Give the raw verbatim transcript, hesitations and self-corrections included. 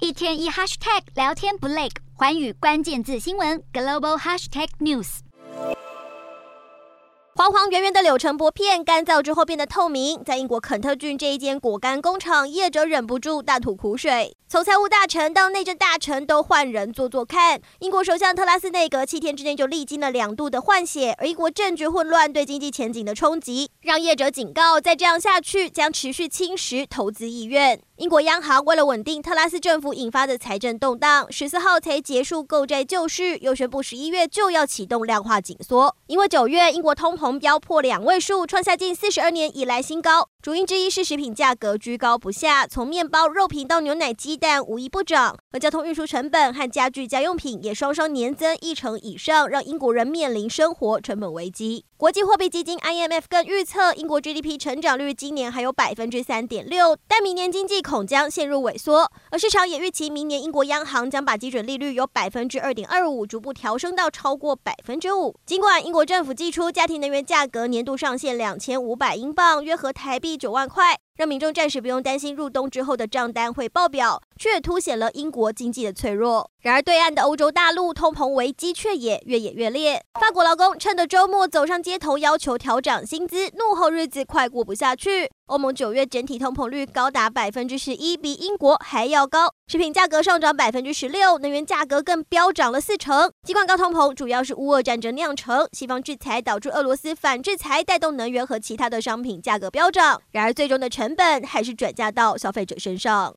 一天一 hashtag 聊天不累，寰宇关键字新闻 global hashtag news。 黄黄圆圆的柳橙薄片干燥之后变得透明，在英国肯特郡这一间果干工厂，业者忍不住大吐苦水。从财务大臣到内政大臣都换人做做看。英国首相特拉斯内阁七天之内就历经了两度的换血，而英国政局混乱对经济前景的冲击，让业者警告，再这样下去将持续侵蚀投资意愿。英国央行为了稳定特拉斯政府引发的财政动荡，十四号才结束购债救市，又宣布十一月就要启动量化紧缩。因为九月英国通膨飙破两位数，创下近四十二年以来新高。主因之一是食品价格居高不下，从面包、肉品到牛奶、鸡蛋无一不涨，而交通运输成本和家具家用品也双双年增一成以上，让英国人面临生活成本危机。国际货币基金 I M F 更预测，英国 G D P 成长率今年还有 百分之三点六， 但明年经济恐将陷入萎缩。而市场也预期明年英国央行将把基准利率由 百分之二点二五 逐步调升到超过 百分之五。尽管英国政府寄出家庭能源价格年度上限两千五百英镑，约合台币九万块，让民众暂时不用担心入冬之后的账单会爆表，却也凸显了英国经济的脆弱。然而对岸的欧洲大陆通膨危机却也越演越烈。法国劳工趁着周末走上街头要求调涨薪资，怒吼日子快过不下去。欧盟九月整体通膨率高达 百分之十一， 比英国还要高。食品价格上涨 百分之十六， 能源价格更飙涨了四成。尽管高通膨主要是乌俄战争酿成，西方制裁导致俄罗斯反制裁，带动能源和其他的商品价格飙涨，然而最终的成本还是转嫁到消费者身上。